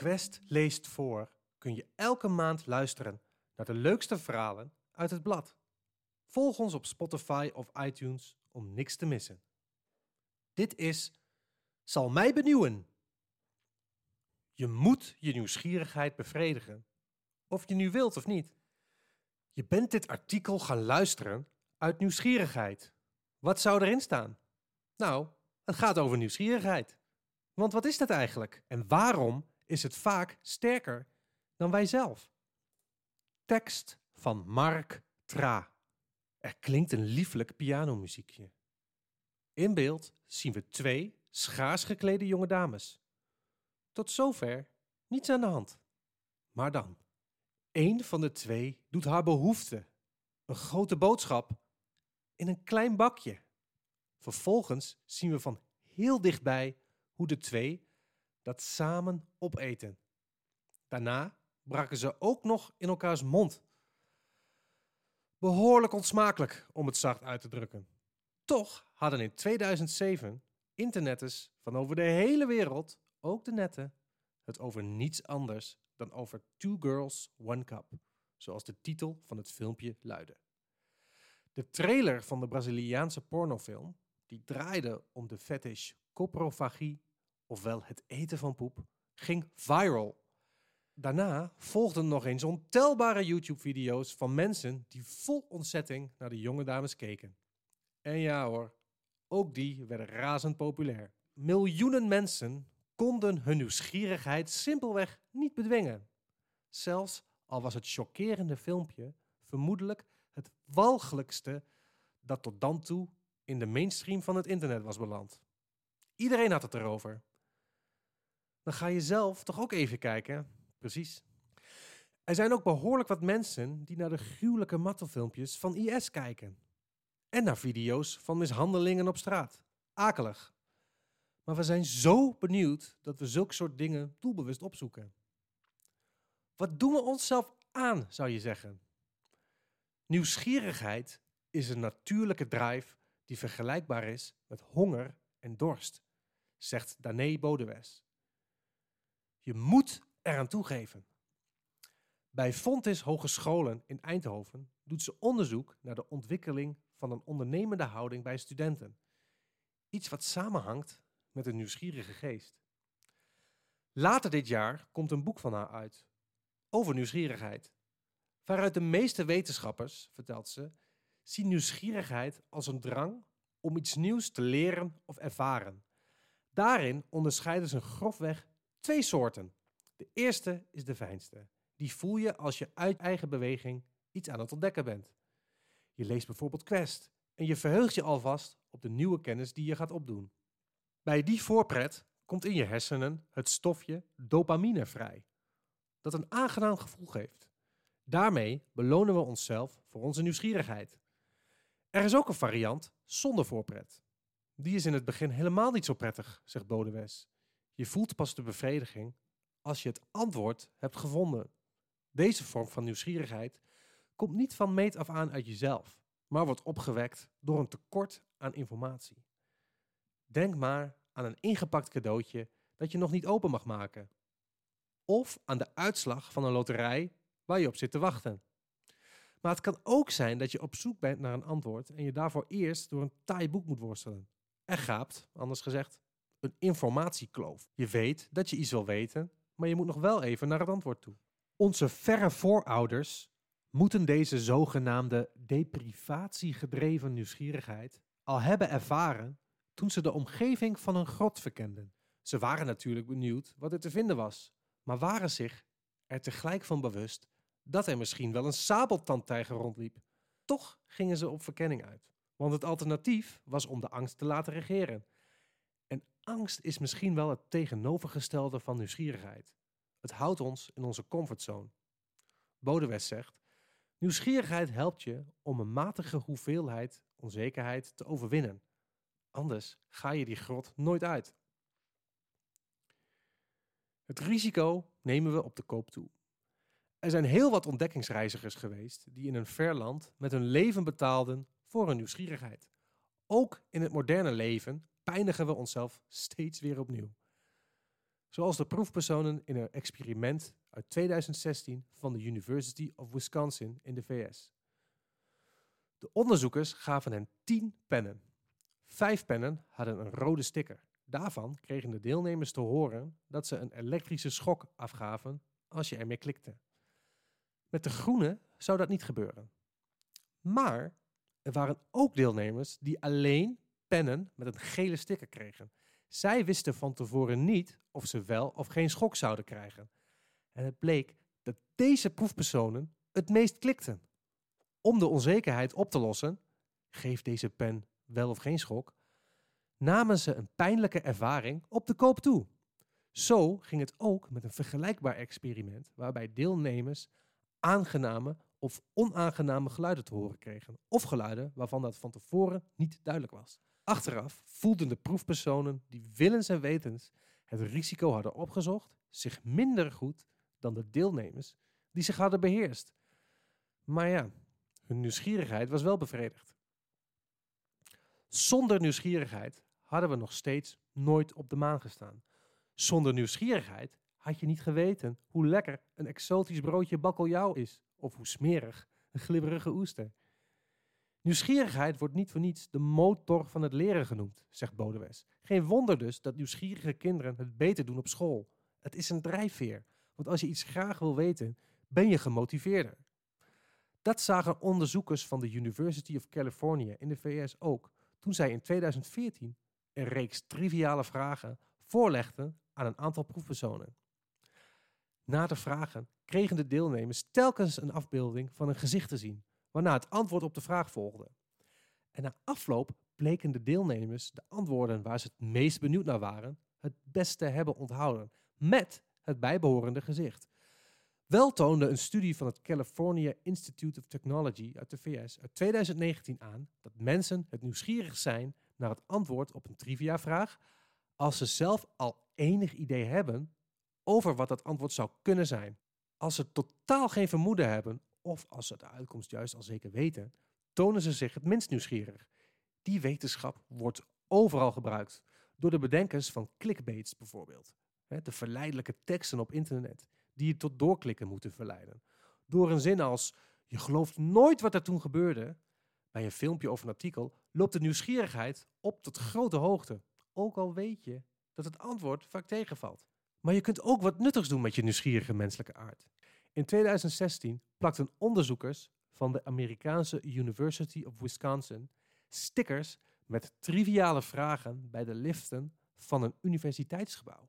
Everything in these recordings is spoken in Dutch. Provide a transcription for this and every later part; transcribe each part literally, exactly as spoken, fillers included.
Quest leest voor kun je elke maand luisteren naar de leukste verhalen uit het blad. Volg ons op Spotify of iTunes om niks te missen. Dit is Zal mij benieuwen. Je moet je nieuwsgierigheid bevredigen, of je nu wilt of niet. Je bent dit artikel gaan luisteren uit nieuwsgierigheid. Wat zou erin staan? Nou, het gaat over nieuwsgierigheid. Want wat is dat eigenlijk? En waarom is het vaak sterker dan wij zelf? Tekst van Mark Tra. Er klinkt een lieflijk pianomuziekje. In beeld zien we twee schaars geklede jonge dames. Tot zover niets aan de hand. Maar dan. Eén van de twee doet haar behoefte. Een grote boodschap in een klein bakje. Vervolgens zien we van heel dichtbij hoe de twee dat samen opeten. Daarna braken ze ook nog in elkaars mond. Behoorlijk onsmakelijk, om het zacht uit te drukken. Toch hadden in tweeduizend zeven internetters van over de hele wereld, ook de netten, het over niets anders dan over Two Girls, One Cup, zoals de titel van het filmpje luidde. De trailer van de Braziliaanse pornofilm, die draaide om de fetish coprofagie, ofwel het eten van poep, ging viral. Daarna volgden nog eens ontelbare YouTube-video's van mensen die vol ontzetting naar de jonge dames keken. En ja hoor, ook die werden razend populair. Miljoenen mensen konden hun nieuwsgierigheid simpelweg niet bedwingen. Zelfs al was het chockerende filmpje vermoedelijk het walgelijkste dat tot dan toe in de mainstream van het internet was beland. Iedereen had het erover. Dan ga je zelf toch ook even kijken. Precies. Er zijn ook behoorlijk wat mensen die naar de gruwelijke martelfilmpjes van I S kijken. En naar video's van mishandelingen op straat. Akelig. Maar we zijn zo benieuwd dat we zulke soort dingen doelbewust opzoeken. Wat doen we onszelf aan, zou je zeggen? Nieuwsgierigheid is een natuurlijke drive die vergelijkbaar is met honger en dorst, zegt Danae Bodewes. Je moet eraan toegeven. Bij Fontys Hogescholen in Eindhoven doet ze onderzoek naar de ontwikkeling van een ondernemende houding bij studenten. Iets wat samenhangt met een nieuwsgierige geest. Later dit jaar komt een boek van haar uit over nieuwsgierigheid. Waaruit de meeste wetenschappers, vertelt ze, zien nieuwsgierigheid als een drang om iets nieuws te leren of ervaren. Daarin onderscheiden ze grofweg twee soorten. De eerste is de fijnste. Die voel je als je uit eigen beweging iets aan het ontdekken bent. Je leest bijvoorbeeld Quest en je verheugt je alvast op de nieuwe kennis die je gaat opdoen. Bij die voorpret komt in je hersenen het stofje dopamine vrij, dat een aangenaam gevoel geeft. Daarmee belonen we onszelf voor onze nieuwsgierigheid. Er is ook een variant zonder voorpret. Die is in het begin helemaal niet zo prettig, zegt Bodewes. Je voelt pas de bevrediging als je het antwoord hebt gevonden. Deze vorm van nieuwsgierigheid komt niet van meet af aan uit jezelf, maar wordt opgewekt door een tekort aan informatie. Denk maar aan een ingepakt cadeautje dat je nog niet open mag maken. Of aan de uitslag van een loterij waar je op zit te wachten. Maar het kan ook zijn dat je op zoek bent naar een antwoord en je daarvoor eerst door een taai boek moet worstelen. Er gaapt, anders gezegd, een informatiekloof. Je weet dat je iets wil weten, maar je moet nog wel even naar het antwoord toe. Onze verre voorouders moeten deze zogenaamde deprivatiegedreven nieuwsgierigheid al hebben ervaren toen ze de omgeving van een grot verkenden. Ze waren natuurlijk benieuwd wat er te vinden was, maar waren zich er tegelijk van bewust dat er misschien wel een sabeltandtijger rondliep. Toch gingen ze op verkenning uit, want het alternatief was om de angst te laten regeren. En angst is misschien wel het tegenovergestelde van nieuwsgierigheid. Het houdt ons in onze comfortzone. Bodewes zegt, nieuwsgierigheid helpt je om een matige hoeveelheid onzekerheid te overwinnen. Anders ga je die grot nooit uit. Het risico nemen we op de koop toe. Er zijn heel wat ontdekkingsreizigers geweest die in een ver land met hun leven betaalden voor hun nieuwsgierigheid. Ook in het moderne leven pijnigen we onszelf steeds weer opnieuw. Zoals de proefpersonen in een experiment uit tweeduizend zestien van de University of Wisconsin in de V S. De onderzoekers gaven hen tien pennen. Vijf pennen hadden een rode sticker. Daarvan kregen de deelnemers te horen dat ze een elektrische schok afgaven als je ermee klikte. Met de groene zou dat niet gebeuren. Maar er waren ook deelnemers die alleen pennen met een gele sticker kregen. Zij wisten van tevoren niet of ze wel of geen schok zouden krijgen. En het bleek dat deze proefpersonen het meest klikten. Om de onzekerheid op te lossen, geeft deze pen wel of geen schok, namen ze een pijnlijke ervaring op de koop toe. Zo ging het ook met een vergelijkbaar experiment waarbij deelnemers aangename of onaangename geluiden te horen kregen, of geluiden waarvan dat van tevoren niet duidelijk was. Achteraf voelden de proefpersonen die willens en wetens het risico hadden opgezocht zich minder goed dan de deelnemers die zich hadden beheerst. Maar ja, hun nieuwsgierigheid was wel bevredigd. Zonder nieuwsgierigheid hadden we nog steeds nooit op de maan gestaan. Zonder nieuwsgierigheid had je niet geweten hoe lekker een exotisch broodje bakkeljauw is of hoe smerig een glibberige oester. Nieuwsgierigheid wordt niet voor niets de motor van het leren genoemd, zegt Bodewes. Geen wonder dus dat nieuwsgierige kinderen het beter doen op school. Het is een drijfveer, want als je iets graag wil weten, ben je gemotiveerder. Dat zagen onderzoekers van de University of California in de V S ook, toen zij in tweeduizend veertien een reeks triviale vragen voorlegden aan een aantal proefpersonen. Na de vragen kregen de deelnemers telkens een afbeelding van een gezicht te zien, waarna het antwoord op de vraag volgde. En na afloop bleken de deelnemers de antwoorden waar ze het meest benieuwd naar waren, het beste hebben onthouden, met het bijbehorende gezicht. Wel toonde een studie van het California Institute of Technology uit de V S uit tweeduizend negentien aan dat mensen het nieuwsgierig zijn naar het antwoord op een trivia-vraag als ze zelf al enig idee hebben over wat dat antwoord zou kunnen zijn. Als ze totaal geen vermoeden hebben of als ze de uitkomst juist al zeker weten, tonen ze zich het minst nieuwsgierig. Die wetenschap wordt overal gebruikt door de bedenkers van clickbaits bijvoorbeeld. De verleidelijke teksten op internet die je tot doorklikken moeten verleiden. Door een zin als, je gelooft nooit wat er toen gebeurde. Bij een filmpje of een artikel loopt de nieuwsgierigheid op tot grote hoogte. Ook al weet je dat het antwoord vaak tegenvalt. Maar je kunt ook wat nuttigs doen met je nieuwsgierige menselijke aard. In tweeduizend zestien plakten onderzoekers van de Amerikaanse University of Wisconsin stickers met triviale vragen bij de liften van een universiteitsgebouw.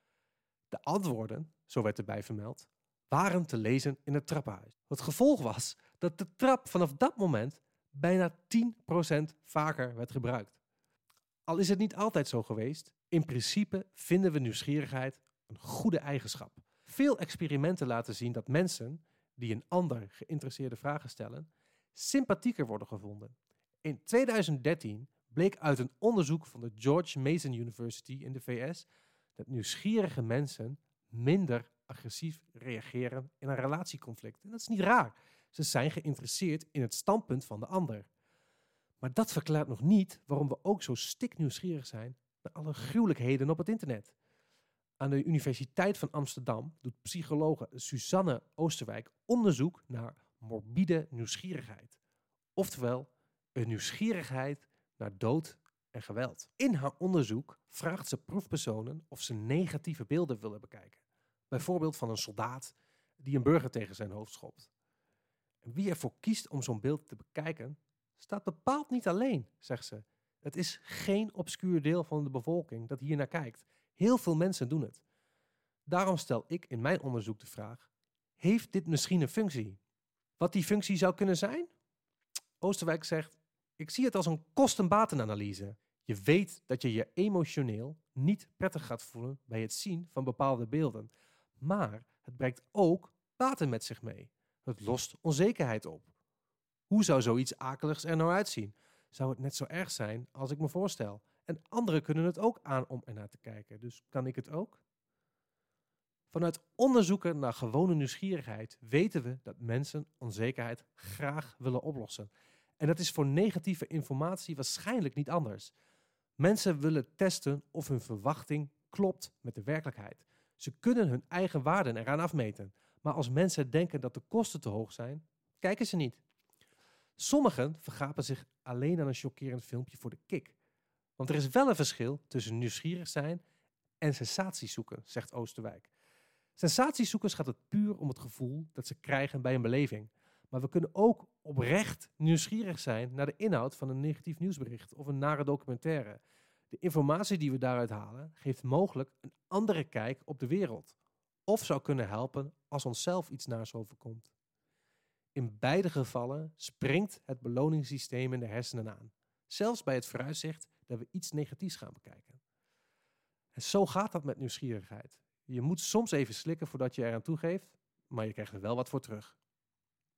De antwoorden, zo werd erbij vermeld, waren te lezen in het trappenhuis. Het gevolg was dat de trap vanaf dat moment bijna tien procent vaker werd gebruikt. Al is het niet altijd zo geweest, in principe vinden we nieuwsgierigheid een goede eigenschap. Veel experimenten laten zien dat mensen die een ander geïnteresseerde vragen stellen, sympathieker worden gevonden. In tweeduizend dertien bleek uit een onderzoek van de George Mason University in de V S dat nieuwsgierige mensen minder agressief reageren in een relatieconflict. En dat is niet raar. Ze zijn geïnteresseerd in het standpunt van de ander. Maar dat verklaart nog niet waarom we ook zo stiknieuwsgierig zijn naar alle gruwelijkheden op het internet. Aan de Universiteit van Amsterdam doet psychologe Suzanne Oosterwijk onderzoek naar morbide nieuwsgierigheid. Oftewel, een nieuwsgierigheid naar dood en geweld. In haar onderzoek vraagt ze proefpersonen of ze negatieve beelden willen bekijken. Bijvoorbeeld van een soldaat die een burger tegen zijn hoofd schopt. En wie ervoor kiest om zo'n beeld te bekijken, staat bepaald niet alleen, zegt ze. Het is geen obscuur deel van de bevolking dat hier naar kijkt. Heel veel mensen doen het. Daarom stel ik in mijn onderzoek de vraag, heeft dit misschien een functie? Wat die functie zou kunnen zijn? Oosterwijk zegt, ik zie het als een kosten-batenanalyse. Je weet dat je je emotioneel niet prettig gaat voelen bij het zien van bepaalde beelden. Maar het brengt ook baten met zich mee. Het lost onzekerheid op. Hoe zou zoiets akeligs er nou uitzien? Zou het net zo erg zijn als ik me voorstel? En anderen kunnen het ook aan om ernaar te kijken. Dus kan ik het ook? Vanuit onderzoeken naar gewone nieuwsgierigheid weten we dat mensen onzekerheid graag willen oplossen. En dat is voor negatieve informatie waarschijnlijk niet anders. Mensen willen testen of hun verwachting klopt met de werkelijkheid. Ze kunnen hun eigen waarden eraan afmeten. Maar als mensen denken dat de kosten te hoog zijn, kijken ze niet. Sommigen vergapen zich alleen aan een chockerend filmpje voor de kick. Want er is wel een verschil tussen nieuwsgierig zijn en sensatie zoeken, zegt Oosterwijk. Sensatiezoekers gaat het puur om het gevoel dat ze krijgen bij een beleving. Maar we kunnen ook oprecht nieuwsgierig zijn naar de inhoud van een negatief nieuwsbericht of een nare documentaire. De informatie die we daaruit halen geeft mogelijk een andere kijk op de wereld. Of zou kunnen helpen als onszelf iets naars overkomt. In beide gevallen springt het beloningssysteem in de hersenen aan. Zelfs bij het vooruitzicht dat we iets negatiefs gaan bekijken. En zo gaat dat met nieuwsgierigheid. Je moet soms even slikken voordat je eraan toegeeft, maar je krijgt er wel wat voor terug.